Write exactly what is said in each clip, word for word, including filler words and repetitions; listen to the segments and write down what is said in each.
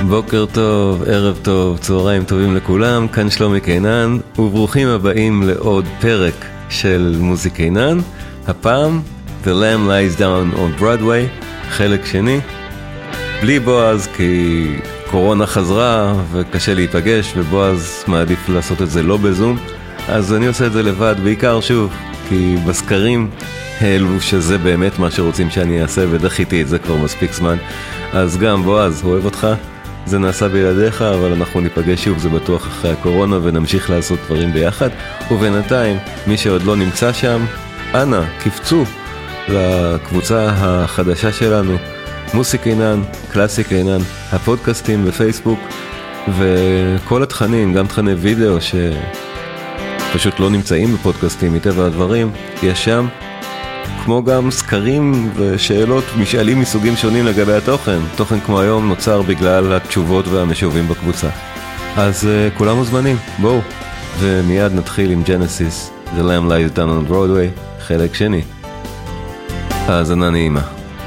בוקר טוב, ערב טוב, צהריים טובים לכולם, כאן שלומי קינן, וברוכים הבאים לעוד פרק של מוזיק קינן, הפעם The Lamb Lies Down on Broadway, חלק שני, בלי בועז כי קורונה חזרה וקשה להיפגש, ובועז מעדיף לעשות את זה לא בזום, אז אני עושה את זה לבד, בעיקר שוב, כי בסקרים העלו שזה באמת מה שרוצים שאני אעשה, ודחיתי את זה כבר מספיק זמן, אז גם בועז, אוהב אותך, זה נעשה בלעדיך, אבל אנחנו ניפגש שוב, זה בטוח אחרי הקורונה, ונמשיך לעשות דברים ביחד, ובינתיים, מי שעוד לא נמצא שם, אנא, קפצו לקבוצה החדשה שלנו, מוזיק קינן, קלאסי קינן, הפודקאסטים בפייסבוק, וכל התכנים, גם תכני וידאו שפשוט לא נמצאים בפודקאסטים מטבע הדברים, יש שם, כמו גם סקרים ושאלות, משאלים מסוגים שונים לגבי התוכן. תוכן כמו היום נוצר בגלל התשובות והמשובים בקבוצה. אז uh, כולם מוזמנים, בואו. ומיד נתחיל עם ג'נסיס, The Lamb Lies Down on Broadway, חלק שני. האזנה נעימה.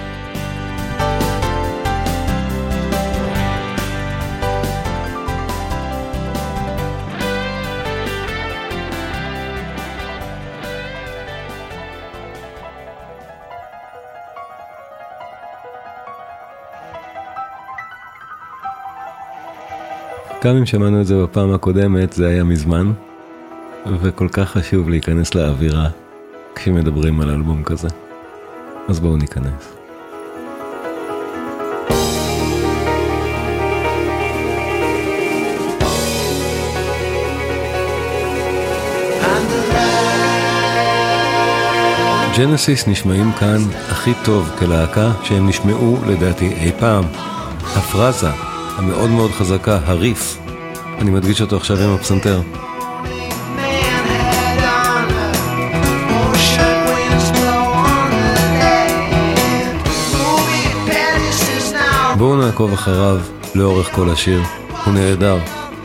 גם אם שמענו את זה בפעם הקודמת, זה היה מזמן, וכל כך חשוב להיכנס לאווירה כשמדברים על אלבום כזה. אז בואו ניכנס. ג'נסיס נשמעים כאן הכי טוב כלהקה שהם נשמעו לדעתי אי פעם. הפרזה המאוד מאוד חזקה, הריף, אני מדגיש אותו עכשיו עם הפסנתר. בואו נעקוב אחריו לאורך כל השיר, הוא נהדר.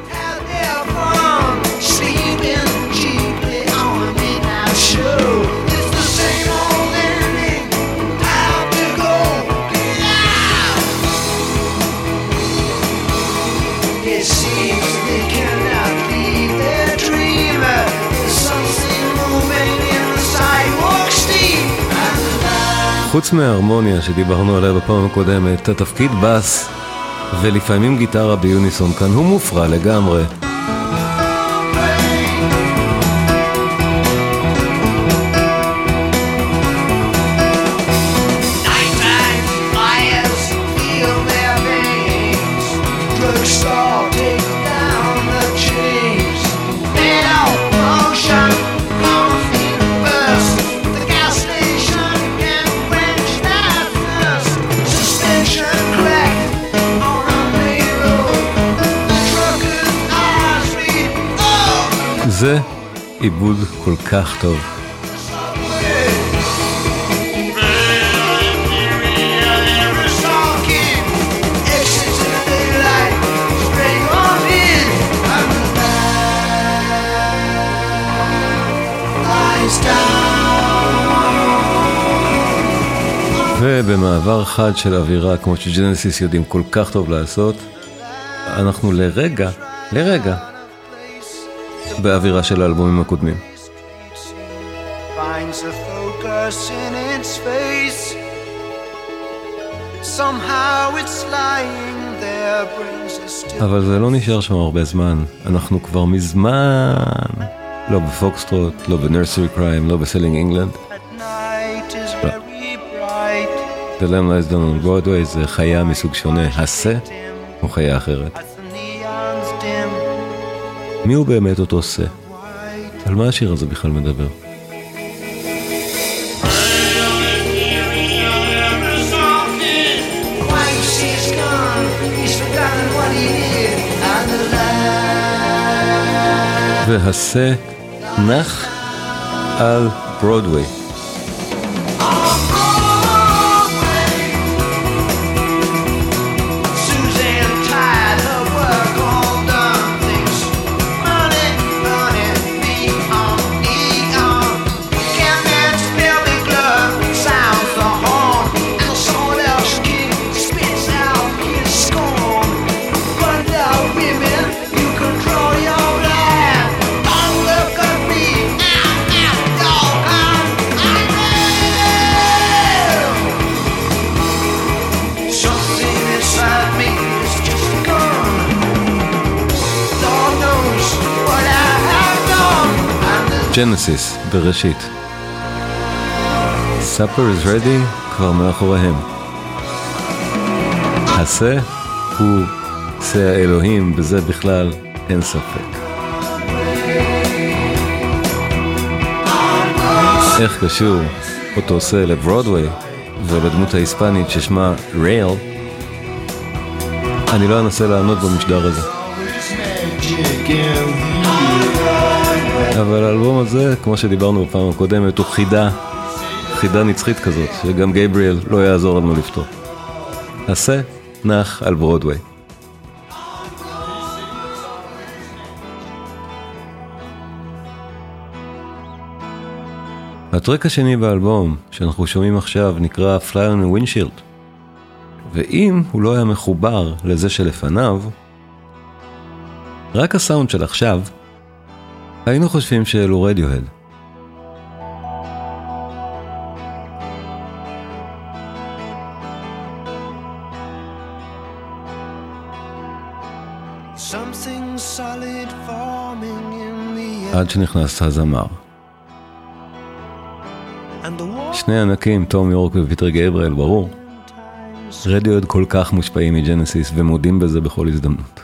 חוץ מההרמוניה שדיברנו עליה בפעם הקודמת, התפקיד בס ולפעמים גיטרה ביוניסון כאן הוא מופרע לגמרי. זה עיבוד כל כך טוב. ובמעבר חד של אווירה, כמו שג'נסיס יודעים כל כך טוב לעשות, אנחנו לרגע, לרגע, באווירה של האלבומים הקודמים. אבל זה לא נשאר שם הרבה זמן. אנחנו כבר מזמן לא בפוקסטרוט, לא בנרסרי קריים, לא בסלינג אינגלנד. לא. The Lamb Lies Down on Broadway זה חיה מסוג שונה. הסה הוא חיה אחרת. מי הוא באמת אותו עושה? על מה השיר הזה בכלל מדבר? והסה נח על ברודווי. ג'נסיס בראשית. Supper is ready כבר מאחוריהם. עשה הוא עשה האלוהים, בזה בכלל אין ספק. איך קשור אותו עושה לברודווי ולדמות ההיספנית ששמה רייל? אני לא אנסה לענות במשדר הזה. אבל האלבום הזה, כמו שדיברנו בפעם הקודמת, הוא חידה, חידה נצחית כזאת, שגם גייבריאל לא יעזור לנו לפתור. עשה נח על ברודווי. הטרק השני באלבום שאנחנו שומעים עכשיו נקרא Fly on a Windshield, ואם הוא לא היה מחובר לזה שלפניו, רק הסאונד של עכשיו, היינו חושבים שאלו רדיוהד. עד שנכנס הזמר. שני ענקים, תום יורק ופיטר גייבריאל, ברור. רדיוהד כל כך מושפעים מג'נסיס ומודים בזה בכל הזדמנות.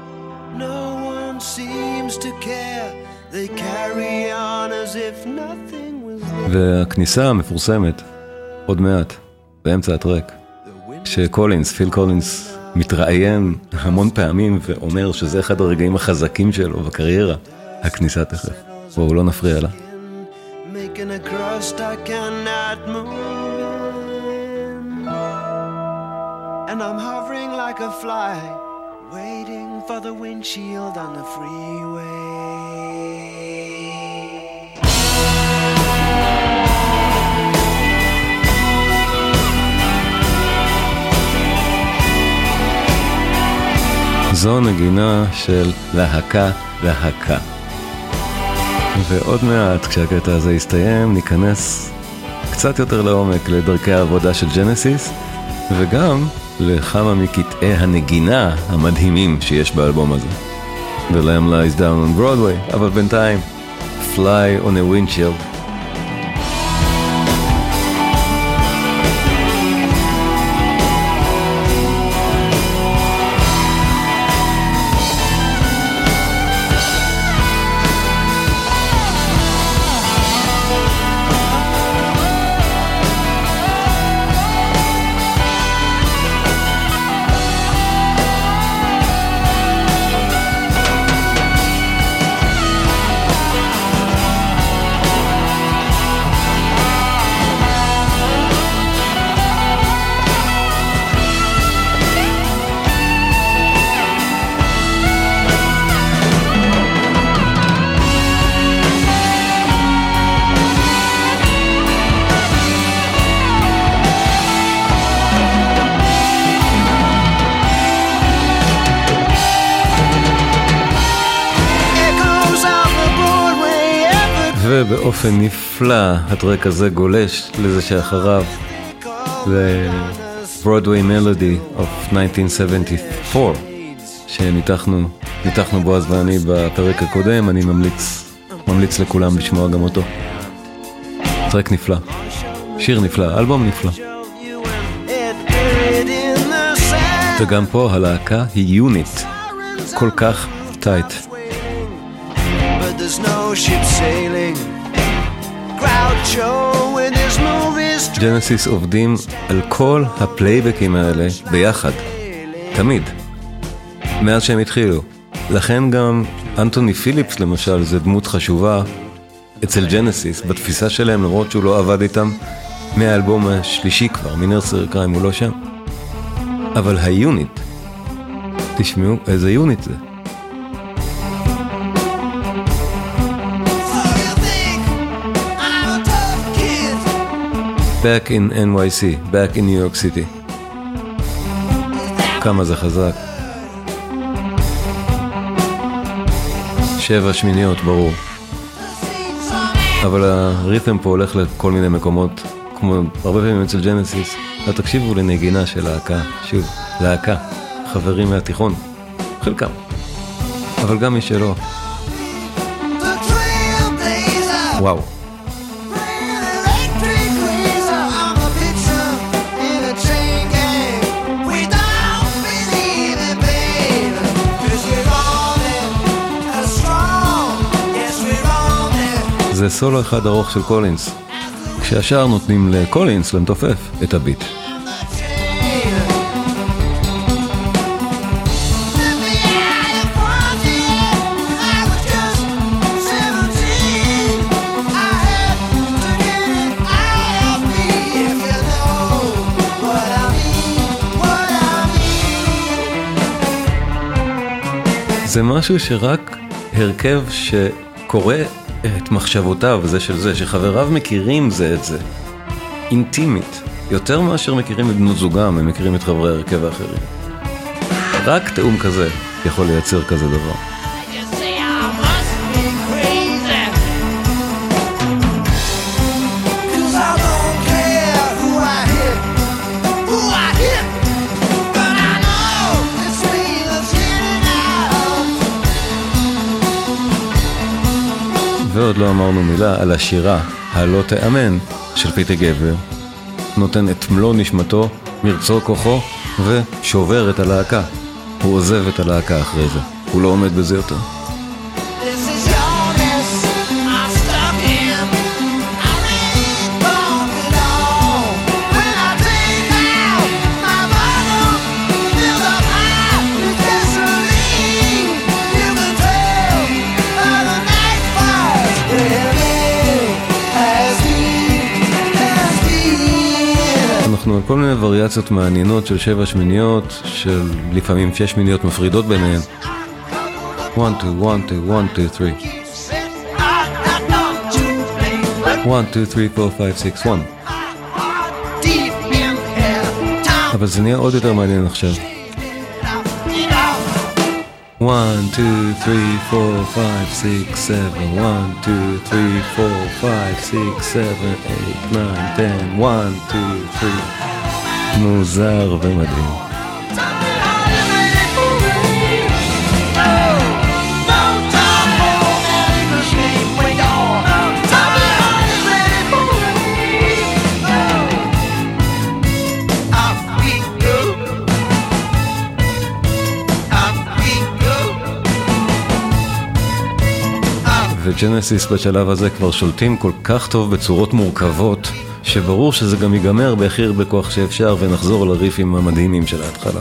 והכניסה המפורסמת, עוד מעט, באמצע הטרק, שקולינס, פיל קולינס, מתראיין המון פעמים ואומר שזה אחד הרגעים החזקים שלו בקריירה, הכניסה תכף. בואו לא נפריע לה. Making a crust I cannot move, and I'm hovering like a fly, waiting for the windshield on the freeway. זו נגינה של להקה להקה. ועוד מעט, כשהקטע הזה יסתיים, ניכנס קצת יותר לעומק לדרכי העבודה של ג'נסיס, וגם לכמה מקטעי הנגינה המדהימים שיש באלבום הזה. The Lamb Lies Down on Broadway, אבל בינתיים, Fly on a Windshield. ובאופן נפלא הטרק הזה גולש לזה שאחריו, ל-Broadway Melody of nineteen seventy-four, שניתחנו ניתחנו בועז ואני בפרק הקודם. אני ממליץ ממליץ לכולם לשמוע גם אותו. טרק נפלא, שיר נפלא, אלבום נפלא. וגם פה הלהקה היא יוניט, כל כך טייט. ג'נסיס עובדים על כל הפלייבקים האלה ביחד, תמיד, מאז שהם התחילו. לכן גם אנטוני פיליפס למשל זה דמות חשובה אצל ג'נסיס בתפיסה שלהם, למרות שהוא לא עבד איתם מהאלבום השלישי כבר, מנרסרי קריים הוא לא שם. אבל היוניט, תשמעו איזה יוניט זה. Back in N Y C, back in New York City. כמה זה חזק. שבע שמיניות, ברור. אבל הריתם פה הולך לכל מיני מקומות, כמו הרבה פעמים אצל ג'נסיס. תקשיבו לנגינה של להקה, שוב, להקה, חברים מהתיכון, חלקם, אבל גם מי שלא. וואו. זה סולו אחד ארוך של קולינס, כשהשאר נותנים לקולינס למתופף את הביט. זה משהו שרק הרכב שקורא את מחשבותיו זה של זה, שחבריו מכירים זה את זה, אינטימית, יותר מאשר מכירים את בנות זוגם, הם מכירים את חברי הרכב האחרים. רק תאום כזה יכול לייצר כזה דבר. ועוד לא אמרנו מילה על השירה הלא תאמן של פיטר גבר, נותן את מלוא נשמתו, מרצו כוחו, ושובר את הלהקה. הוא עוזב את הלהקה אחרי זה, הוא לא עומד בזה יותר. אנחנו על כל מיני וריאציות מעניינות של שבע שמיניות, של לפעמים שש שמיניות מפרידות ביניהן. one, two, one, two, one, two, three. one, two, three, four, five, six, one. אבל זה נהיה עוד יותר מעניין עכשיו. one, two, three, four, five, six, seven. one, two, three, four, five, six, seven, eight, nine, ten. one, two, three. מוזר ומדהים. וג'נסיס בשלב הזה כבר שולטים כל כך טוב בצורות מורכבות, שברור שזה גם ייגמר בהכי הרבה כוח שאפשר, ונחזור לריפים המדהימים של ההתחלה.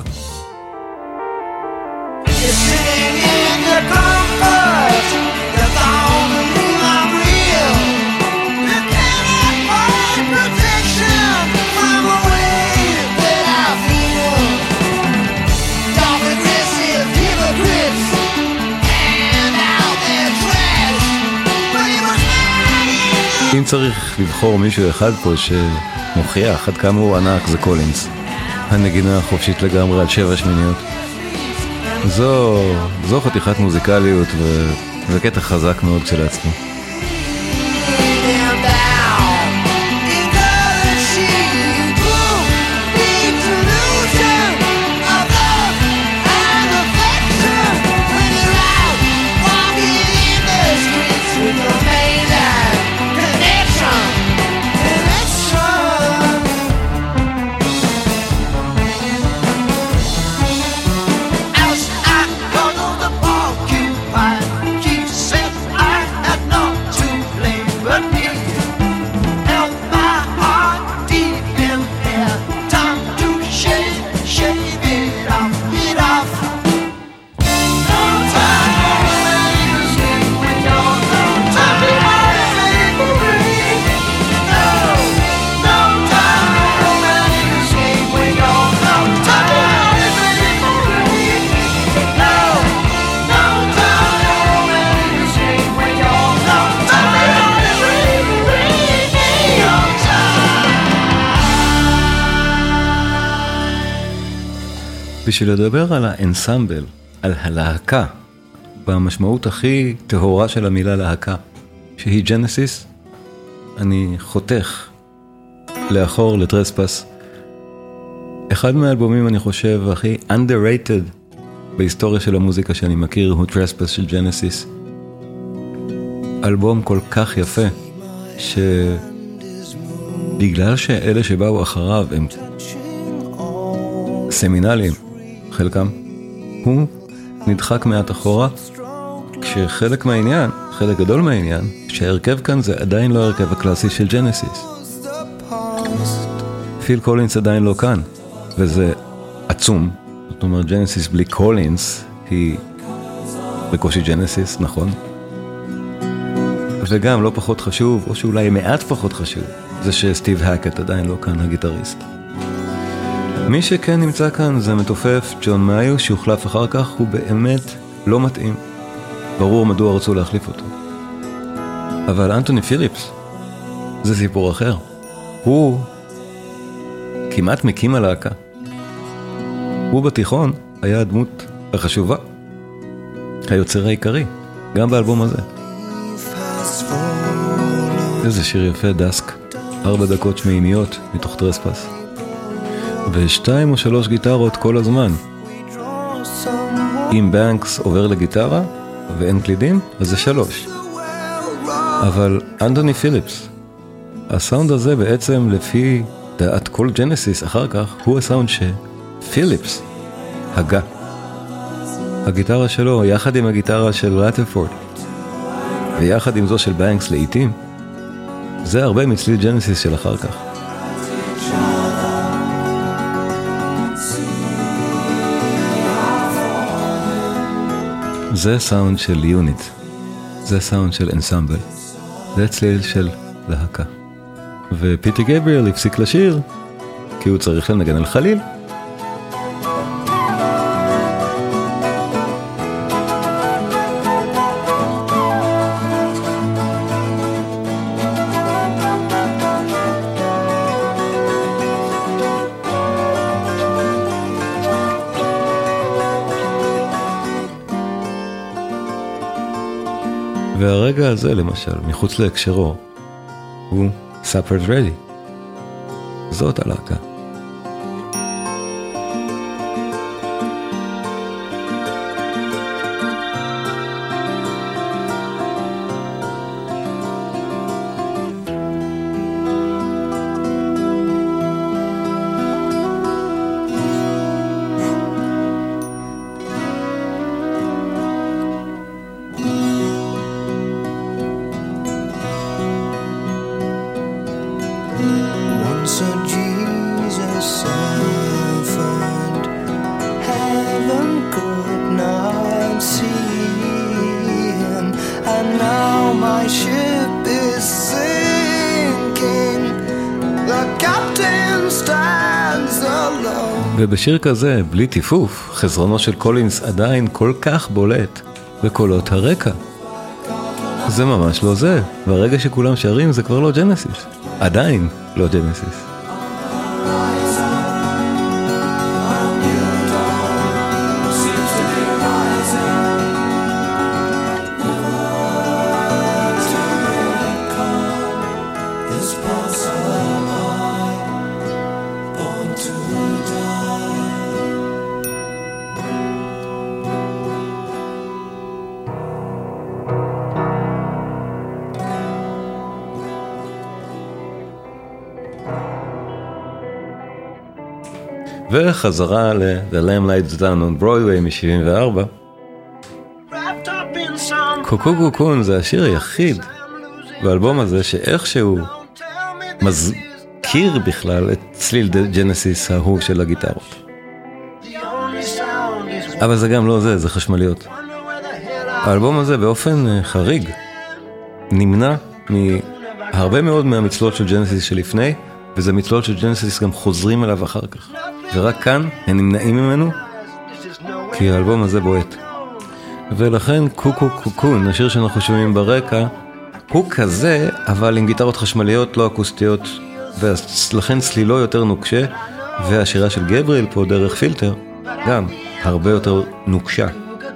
אם צריך לבחור מישהו אחד פה שמוכיח עד כמה הוא ענק, זה קולינס. הנגינה החופשית לגמרי על שבע שמיניות. זו, זו חתיכת מוזיקליות ו... וקטע חזק מאוד כשלעצמו. בשביל לדבר על האנסמבל, על הלהקה, במשמעות הכי טהורה של המילה להקה, שהיא ג'נסיס, אני חותך לאחור לטרספס. אחד מהאלבומים אני חושב הכי underrated בהיסטוריה של המוזיקה שאני מכיר הוא טרספס של ג'נסיס. אלבום כל כך יפה, שבגלל שאלה שבאו אחריו הם סמינליים, חלקם, הוא נדחק מעט אחורה, כשחלק מהעניין, חלק גדול מהעניין, שההרכב כאן זה עדיין לא ההרכב הקלאסי של ג'נסיס. פיל קולינס עדיין לא כאן, וזה עצום. זאת אומרת, ג'נסיס בלי קולינס היא בקושי ג'נסיס, נכון? וגם לא פחות חשוב, או שאולי מעט פחות חשוב, זה שסטיב הקט עדיין לא כאן, הגיטריסט. מי שכן נמצא כאן זה מתופף ג'ון מאיו, שהוחלף אחר כך, הוא באמת לא מתאים. ברור מדוע רצו להחליף אותו. אבל אנטוני פיליפס, זה סיפור אחר. הוא כמעט מקים הלהקה. הוא בתיכון היה הדמות החשובה, היוצר העיקרי, גם באלבום הזה. איזה שיר יפה, דסק, ארבע דקות שמימיות מתוך טרספס. ושתיים או שלוש גיטרות כל הזמן. אם בנקס עובר לגיטרה ואין קלידים, אז זה שלוש. אבל אנטוני פיליפס, הסאונד הזה בעצם לפי דעת כל ג'נסיס אחר כך, הוא הסאונד שפיליפס הגה. הגיטרה שלו, יחד עם הגיטרה של רטרפורד, ויחד עם זו של בנקס לעיתים, זה הרבה מצליל ג'נסיס של אחר כך. זה סאונד של יוניט, זה סאונד של אנסמבל, זה צליל של להקה. ופיטי גבריאל הפסיק לשיר, כי הוא צריך לנגן על חליל. והרגע הזה למשל, מחוץ להקשרו, הוא Supper's Ready. זאת הלהקה. ובשיר כזה, בלי טיפוף, חזרונו של קולינס עדיין כל כך בולט בקולות הרקע. זה ממש לא זה, והרגע שכולם שרים זה כבר לא ג'נסיס. עדיין לא ג'נסיס. וחזרה ל-The Lamb Lies Down on Broadway מ-שבעים וארבע. קוקו קוקון זה השיר היחיד באלבום הזה שאיכשהו מזכיר בכלל את צליל ג'נסיס ההוא של הגיטרות. אבל זה גם לא זה, זה חשמליות. האלבום הזה באופן חריג נמנע מהרבה מאוד מהמצלות של ג'נסיס שלפני, וזה מצלות של ג'נסיס גם חוזרים אליו אחר כך. ורק כאן הם נמנעים ממנו, כי האלבום הזה בועט. ולכן קוקו קוקון, השיר שאנחנו שומעים ברקע, הוא כזה, אבל עם גיטרות חשמליות לא אקוסטיות, ולכן צלילו יותר נוקשה, והשירה של גבריאל פה דרך פילטר, גם הרבה יותר נוקשה.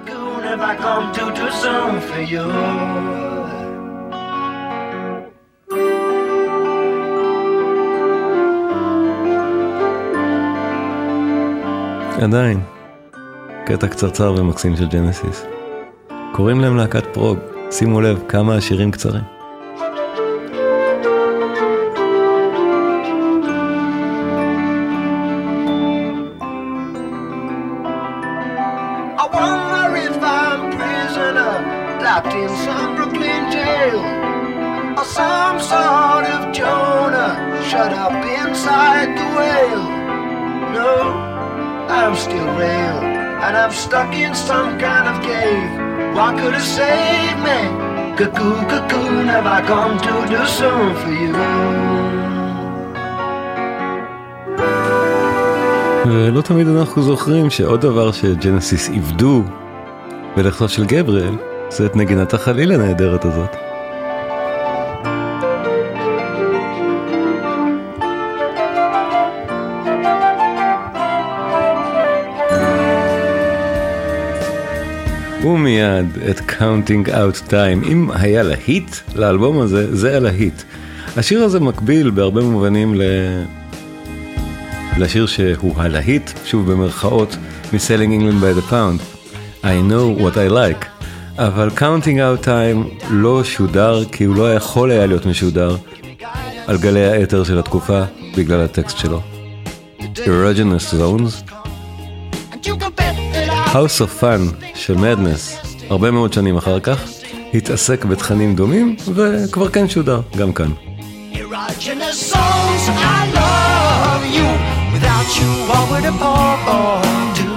עדיין, קטע קצרצר ומקסים של ג'נסיס. קוראים להם להקת פרוג, שימו לב כמה השירים קצרים. shut up inside the whale. No, I'm still real, and I'm stuck in some kind of cave. What could have saved me? Cocoon, cocoon, have I come to do something for you? ולא תמיד אנחנו זוכרים שעוד דבר שג'נסיס עבדו בלכתו של גבריאל, זה את נגינת החליל הנהדרת הזאת. ומיד את Counting Out Time. אם היה להיט לאלבום הזה, זה היה להיט. השיר הזה מקביל בהרבה מובנים ל... לשיר שהוא הלהיט, שוב במרכאות, מ-Selling England by the Pound, I know what I like. אבל Counting Out Time לא שודר, כי הוא לא יכול היה להיות משודר על גלי האתר של התקופה בגלל הטקסט שלו. Erogenous Zones, House of Fun של Madness, הרבה מאוד שנים אחר כך, התעסק בתכנים דומים, וכבר כן שודר, גם כאן. Erogenous Zones, I love you. Without you, what would a poor boy do?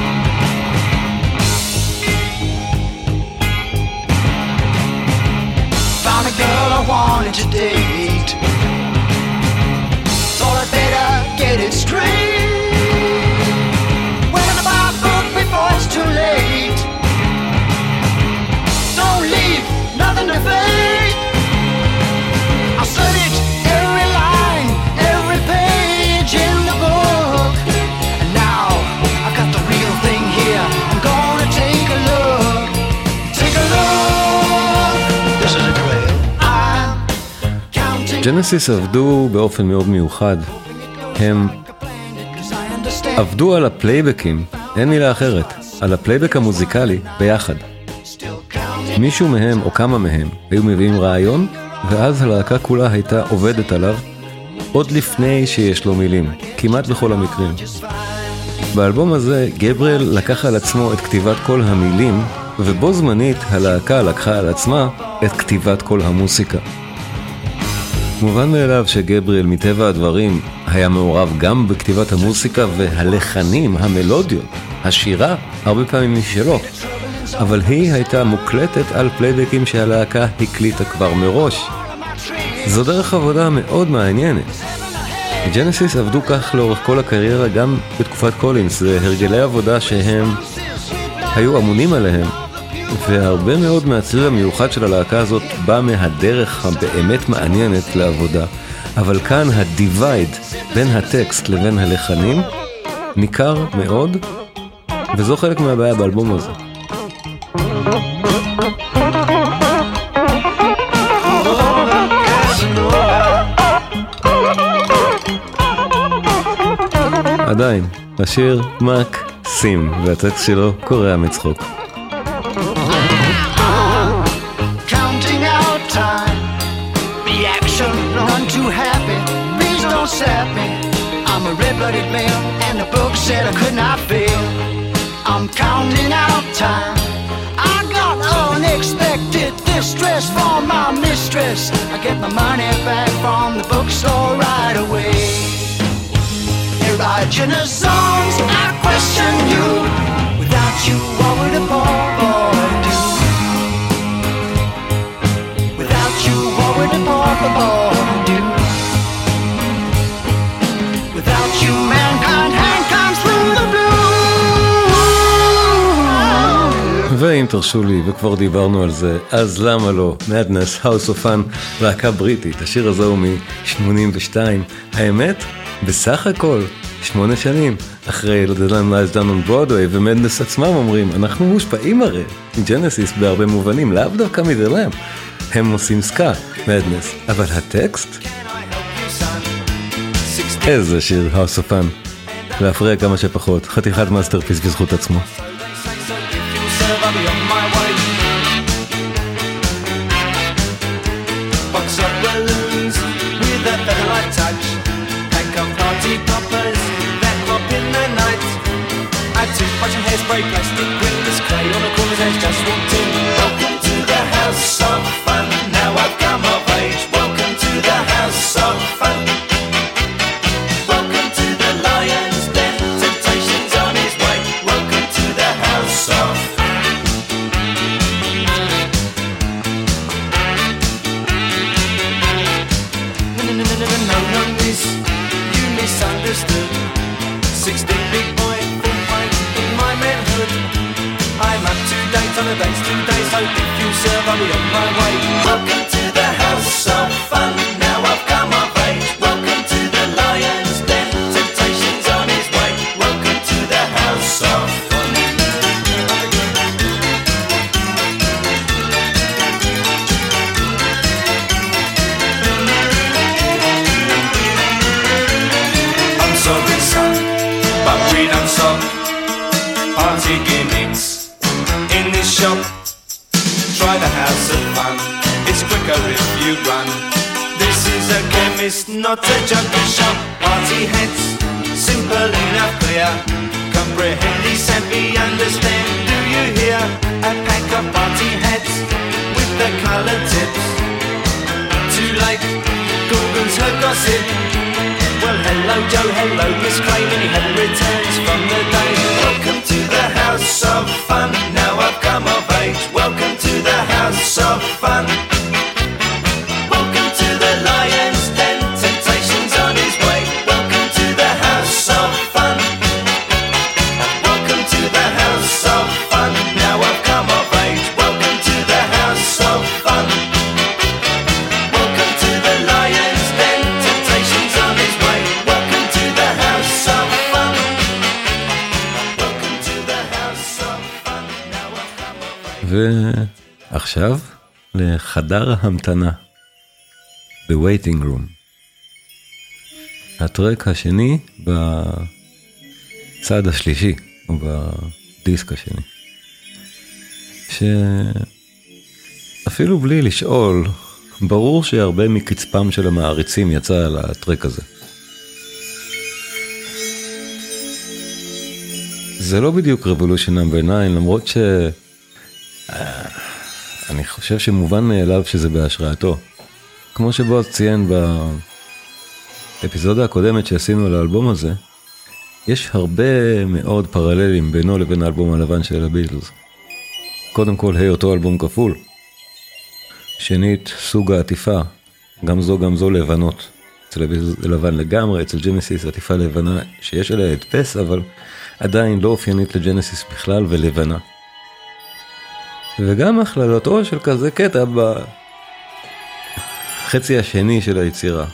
Found a girl I wanted to date. Thought I'd better get it straight. Went about book before it's too late. Don't leave, nothing to fade. I said it, every line, every page in the book. And now I've got the real thing here. I'm gonna take a look. Take a look. This is a trail. I'm counting. ג'נסיס עבדו באופן מאוד מיוחד. הם עבדו על הפלייבקים, אין מילה אחרת, על הפלייבק המוזיקלי ביחד. מישהו מהם או כמה מהם היו מביאים רעיון, ואז הלהקה כולה הייתה עובדת עליו עוד לפני שיש לו מילים, כמעט בכל המקרים. באלבום הזה גבריאל לקח על עצמו את כתיבת כל המילים, ובו זמנית הלהקה לקחה על עצמה את כתיבת כל המוסיקה. מובן מאליו שגבריאל מטבע הדברים היה מעורב גם בכתיבת המוסיקה והלחנים, המלודיות, השירה, הרבה פעמים משלו. אבל היא הייתה מוקלטת על פלייבקים שהלהקה הקליטה כבר מראש. זו דרך עבודה מאוד מעניינת. ג'נסיס עבדו כך לאורך כל הקריירה, גם בתקופת קולינס. זה הרגלי עבודה שהם היו אמונים עליהם, והרבה מאוד מהצליל המיוחד של הלהקה הזאת בא מהדרך הבאמת מעניינת לעבודה. אבל כאן הדיווייד בין הטקסט לבין הלחנים ניכר מאוד, וזו חלק מהבעיה באלבום הזה. עדיין, השיר מקסים, והטקסט שלו קורע מצחוק. Counting out time, reaction, none too happy. Please don't sap me. I'm a red-blooded male, and the book said I could not fail. I'm counting out time. I got unexpected distress from my mistress. I get my money back from the bookstore right away. Erogenous Zones, I question you. Without you, what would a poor boy do? Without you, what would a poor boy do? Without you, mankind hand comes through the blue. ואם תרשו לי, וכבר דיברנו על זה, אז למה לא? Madness, House of Fun, להקה בריטית. השיר הזה הוא מ-שמונים ושתיים. האמת, בסך הכל, שמונה שנים אחרי The Lamb Lies Down on Broadway, ומדנס עצמם אומרים, אנחנו מושפעים הרי מג'נסיס בהרבה מובנים, לאו דווקא מ-The Lamb. הם עושים סקה, מדנס, אבל הטקסט? איזה שיר, House of Fun. להפריע כמה שפחות, חתיכת מאסטרפיס בזכות עצמו. Toothbrush and hairspray, plastic windows, clay on the corner's edge, just walked in. Welcome to the house of fun, now I've come of age. Welcome to the house of fun. no, no, miss, you misunderstood. Sixteen big boy, full fight in my manhood. I'm up to date on a day's two days, so if you serve, I'll be on my way. Welcome to the house of fun, now I've come of age. Welcome to the lion's den, temptation's on his way. Welcome to the house of fun. I'm sorry son, but we don't stop party gimmicks in this shop. Try the house of fun, it's quicker if you run. This is a chemist, not a junkie shop. Party hats, simple enough, clear. Comprehend, savvy, understand, do you hear? A pack of party hats with the coloured tips. Too late, Google's her gossip. Well, hello Joe, hello Miss Craven, he had returns from the day. Welcome to the house of fun, now I've come of age. Welcome to the house of fun. Welcome to the lion's den, temptation's on his way. Welcome to the house of fun. Welcome to the house of fun, now I've come of age. Welcome to the house of fun. Welcome to the lion's den, temptation's on his way. Welcome to the house of fun. Welcome to the house of fun, now I've come of age. ועכשיו לחדר ההמתנה, The Waiting Room. הטרק השני בצד השלישי, או בדיסק השני. שאפילו בלי לשאול, ברור שהרבה מקצפם של המעריצים יצא על הטרק הזה. זה לא בדיוק Revolution נאמבר תשע, למרות ש... אני חושב שמובן מאליו שזה בהשראתו. כמו שבועז ציין באפיזודה הקודמת שעשינו על האלבום הזה, יש הרבה מאוד פרללים בינו לבין האלבום הלבן של הביטלס. קודם כל, היותו אלבום כפול. שנית, סוג העטיפה, גם זו גם זו לבנות. אצל הביטלס לבן לגמרי, אצל ג'נסיס עטיפה לבנה שיש עליה הדפס, אבל עדיין לא אופיינית לג'נסיס בכלל ולבנה. וגם הכללתו של כזה קטע בחצי השני של היצירה.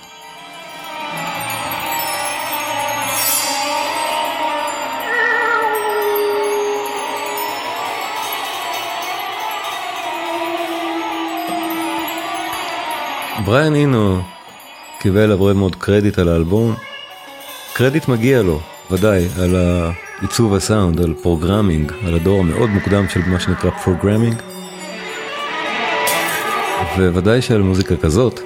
בריאן אינו קיבל הרבה מאוד קרדיט על האלבום. קרדיט מגיע לו, ודאי, על עיצוב הסאונד, על פרוגרמינג, על הדור המאוד מוקדם של מה שנקרא פרוגרמינג. וודאי שעל מוזיקה כזאת.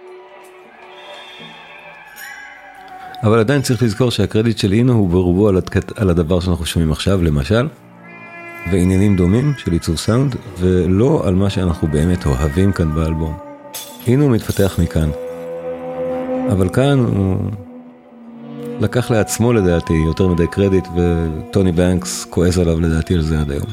אבל עדיין צריך לזכור שהקרדיט של אינו הוא ברובו על, הדקת, על הדבר שאנחנו שומעים עכשיו, למשל, ועניינים דומים של עיצוב סאונד, ולא על מה שאנחנו באמת אוהבים כאן באלבום. אינו מתפתח מכאן. אבל כאן הוא לקח לעצמו לדעתי יותר מדי קרדיט, וטוני בנקס כועס עליו לדעתי על זה עד היום.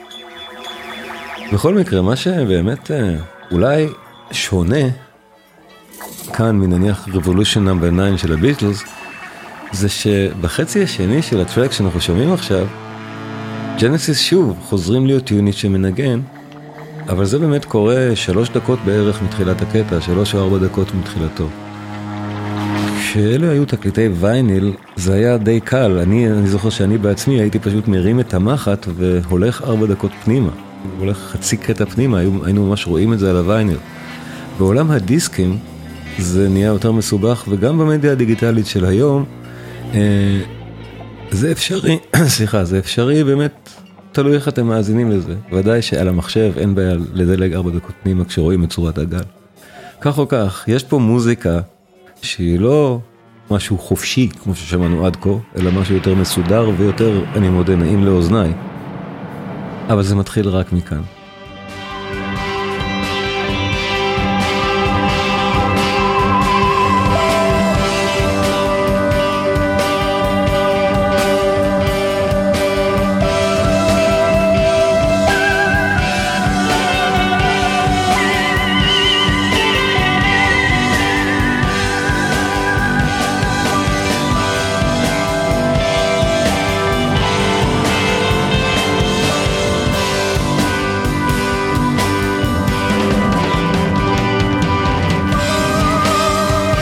בכל מקרה, מה שבאמת אולי שונה כאן מנניח Revolution נאמבר תשע של הביטלס, זה שבחצי השני של הטרק שאנחנו שומעים עכשיו, ג'נסיס שוב חוזרים להיות יוניט שמנגן, אבל זה באמת קורה שלוש דקות בערך מתחילת הקטע, שלוש או ארבע דקות מתחילתו. כשאלה היו תקליטי וייניל, זה היה די קל. אני, אני זוכר שאני בעצמי הייתי פשוט מרים את המחט והולך ארבע דקות פנימה. הולך חצי קטע פנימה, היינו, היינו ממש רואים את זה על הווייניל. בעולם הדיסקים זה נהיה יותר מסובך, וגם במדיה הדיגיטלית של היום, אה, זה אפשרי, סליחה, זה אפשרי באמת, תלוי איך אתם מאזינים לזה. ודאי שעל המחשב אין בעיה לדלג ארבע דקות פנימה כשרואים את צורת הגל. כך או כך, יש פה מוזיקה שהיא לא משהו חופשי, כמו ששמענו עד כה, אלא משהו יותר מסודר ויותר, אני מודה, נעים לאוזניי. אבל זה מתחיל רק מכאן.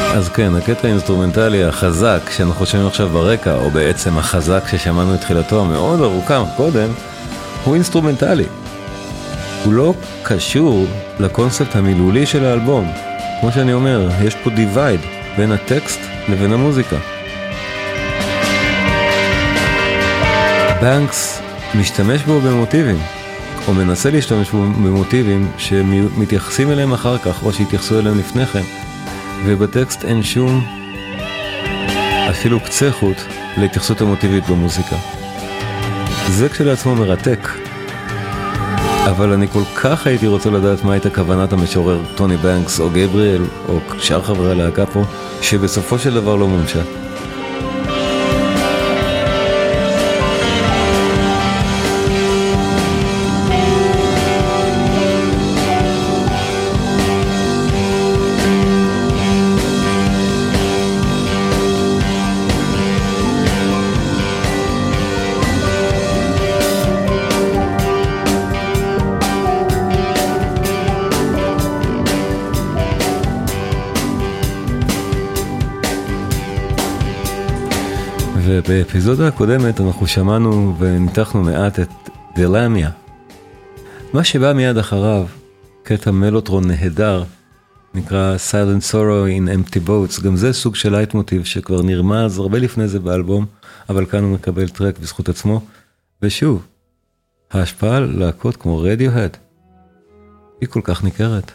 אז כן, הקטע האינסטרומנטלי החזק שאנחנו שומעים עכשיו ברקע, או בעצם החזק ששמענו את תחילתו המאוד ארוכה קודם, הוא אינסטרומנטלי. הוא לא קשור לקונספט המילולי של האלבום. כמו שאני אומר, יש פה דיווייד בין הטקסט לבין המוזיקה. בנקס משתמש בו במוטיבים, או מנסה להשתמש בו במוטיבים שמתייחסים אליהם אחר כך, או שהתייחסו אליהם לפני כן. ובטקסט אין שום, אפילו קצה חוט, להתייחסות המוטיבית במוזיקה. זה כשלעצמו מרתק. אבל אני כל כך הייתי רוצה לדעת מה הייתה כוונת המשורר טוני בנקס או גבריאל או שאר חברי הלהקה פה, שבסופו של דבר לא מומשה. ובאפיזודה הקודמת אנחנו שמענו וניתחנו מעט את דלמיה. מה שבא מיד אחריו, קטע מלוטרון נהדר, נקרא Silent Sorrow in Empty Boats. גם זה סוג של לייט מוטיב שכבר נרמז הרבה לפני זה באלבום, אבל כאן הוא מקבל טרק בזכות עצמו. ושוב, ההשפעה על להקות כמו Radiohead היא כל כך ניכרת.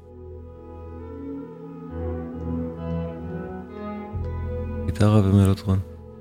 גיטרה ומלוטרון.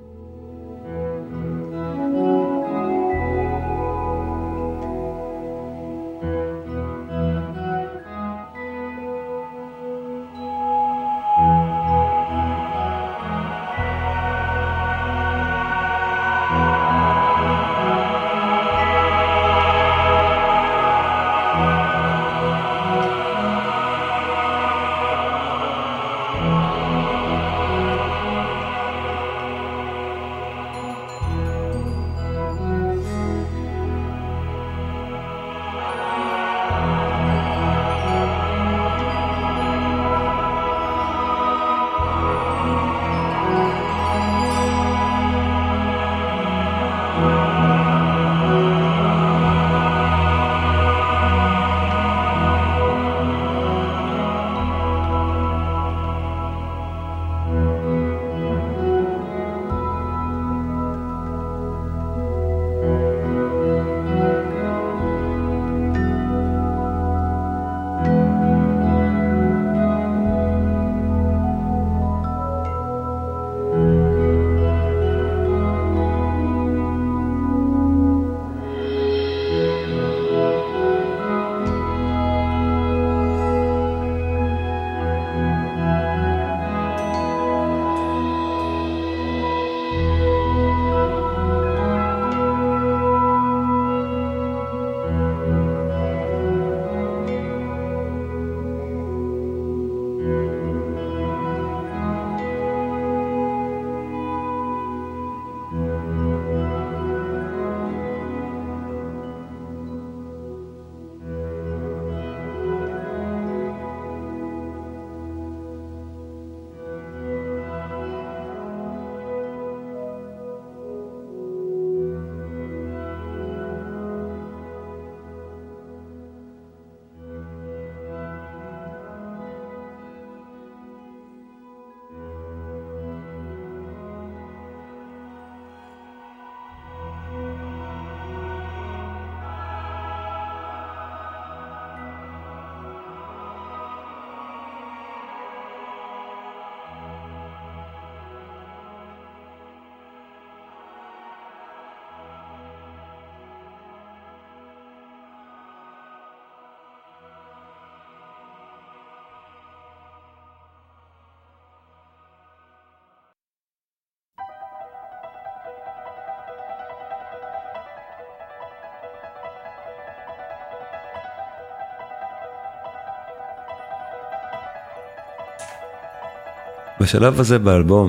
בשלב הזה באלבום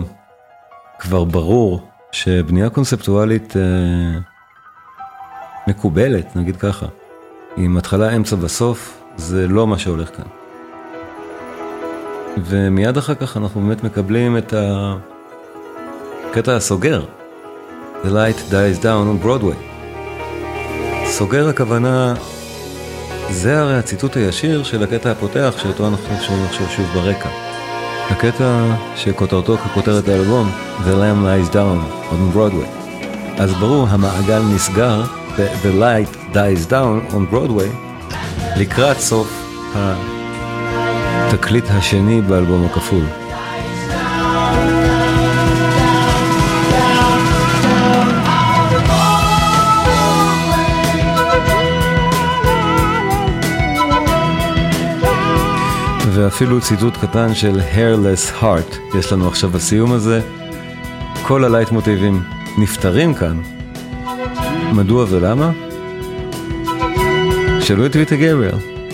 כבר ברור שבנייה קונספטואלית אה, מקובלת, נגיד ככה, עם התחלה, אמצע בסוף, זה לא מה שהולך כאן. ומיד אחר כך אנחנו באמת מקבלים את הקטע הסוגר, The Light Dies Down on Broadway. סוגר הכוונה, זה הרי הציטוט הישיר של הקטע הפותח שאותו אנחנו שומעים עכשיו שוב ברקע. הקטע שכותרתו ככותרת האלבום, The Lamb Lies Down on Broadway. אז ברור, המעגל נסגר, The Light Dies Down on Broadway, לקראת סוף התקליט השני באלבום הכפול. ואפילו ציטוט קטן של Hairless Heart יש לנו עכשיו בסיום הזה. כל הלייט מוטיבים נפטרים כאן. מדוע ולמה? שאלו את ויטה גבריאל.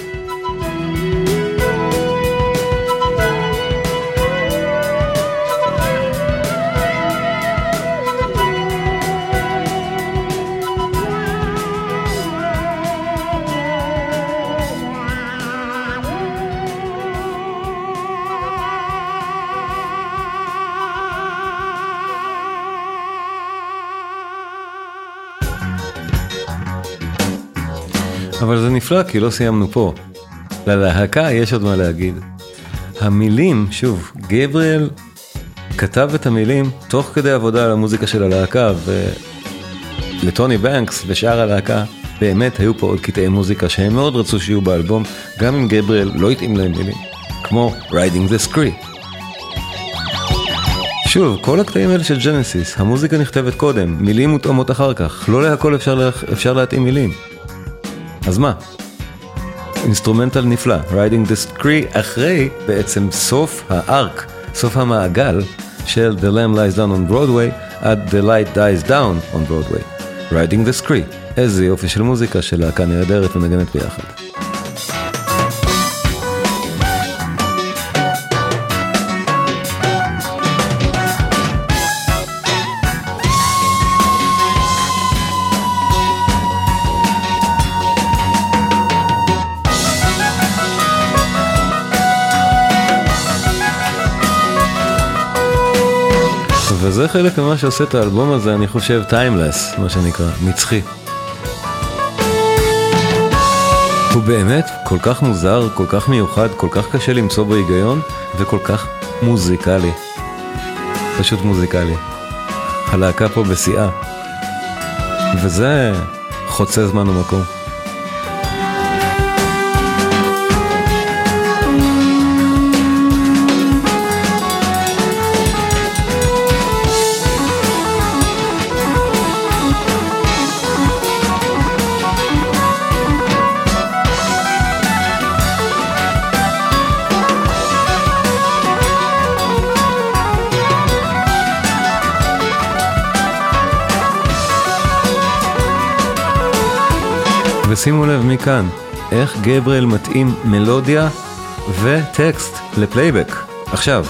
אבל זה נפלא, כי לא סיימנו פה. ללהקה יש עוד מה להגיד. המילים, שוב, גבריאל כתב את המילים תוך כדי עבודה על המוזיקה של הלהקה, ולטוני בנקס ושאר הלהקה באמת היו פה עוד קטעי מוזיקה שהם מאוד רצו שיהיו באלבום, גם אם גבריאל לא התאים להם מילים, כמו Riding the Scree. שוב, כל הקטעים האלה של ג'נסיס, המוזיקה נכתבת קודם, מילים מותאמות אחר כך, לא להכל אפשר, לה... אפשר להתאים מילים. אז מה? אינסטרומנטל נפלא, Riding the Scree, אחרי בעצם סוף הארק, סוף המעגל של The Lamb Lies Down on Broadway עד The Light Dies Down on Broadway. Riding the Scree, איזה יופי של מוזיקה של להקה נהדרת ונגנת ביחד. וזה חלק ממה שעושה את האלבום הזה, אני חושב, טיימלס, מה שנקרא, נצחי. הוא באמת כל כך מוזר, כל כך מיוחד, כל כך קשה למצוא בהיגיון, וכל כך מוזיקלי. פשוט מוזיקלי. הלהקה פה בשיאה. וזה חוצה זמן ומקום. ושימו לב מכאן, איך גבריאל מתאים מלודיה וטקסט לפלייבק. עכשיו.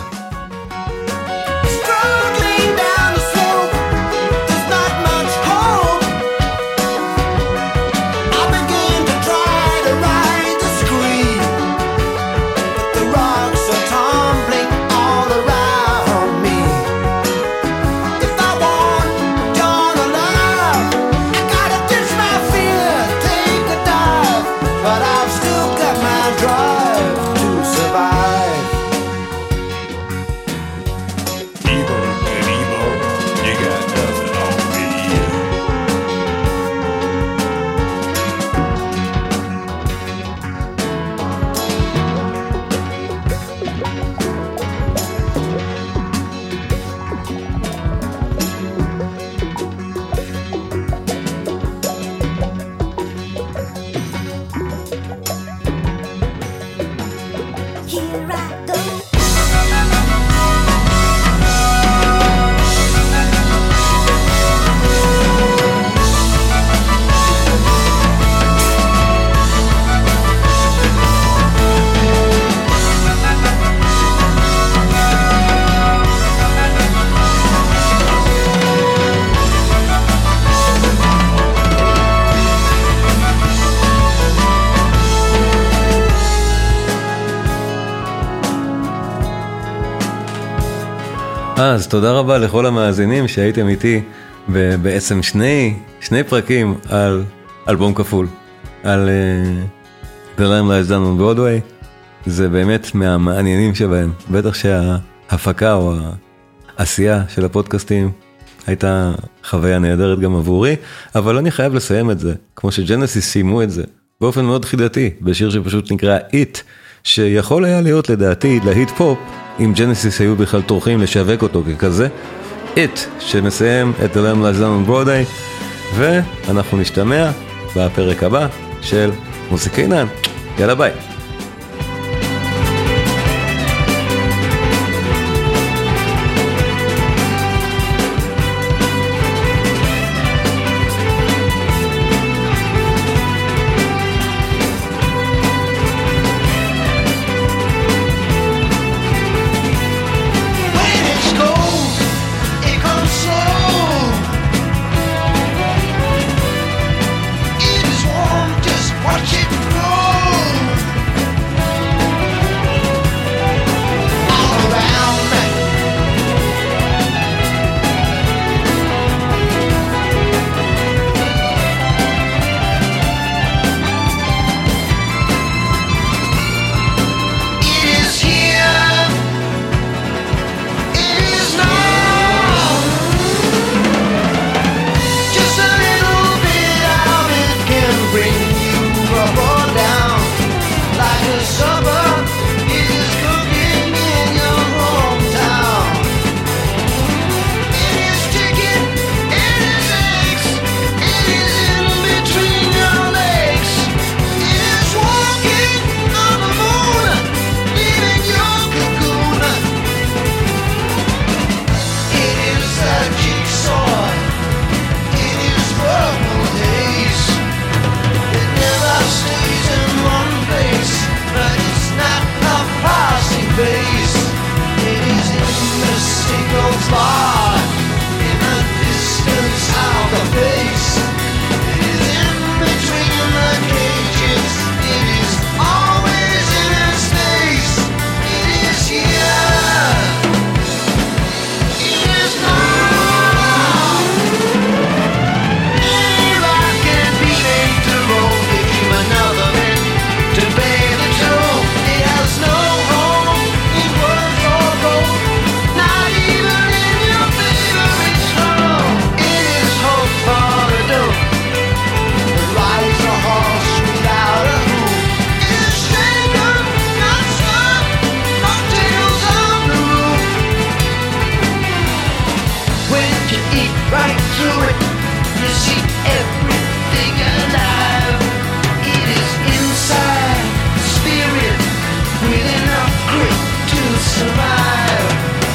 אז תודה רבה לכל המאזינים שהייתם איתי בעצם שני, שני פרקים על אלבום כפול, על uh, The Lamb Lies Down on Broadway. זה באמת מהמעניינים שבהם, בטח שההפקה או העשייה של הפודקאסטים הייתה חוויה נהדרת גם עבורי, אבל אני חייב לסיים את זה, כמו שג'נסיס סיימו את זה, באופן מאוד חידתי, בשיר שפשוט נקרא It, שיכול היה להיות לדעתי להיט פופ, אם ג'נסיס היו בכלל טורחים לשווק אותו ככזה. It, שמסיים את The Lamb Lies Down on Broadway, ואנחנו נשתמע בפרק הבא של מוזיקינן. יאללה ביי.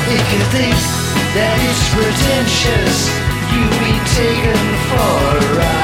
That it's pretentious, you be taken for a ride.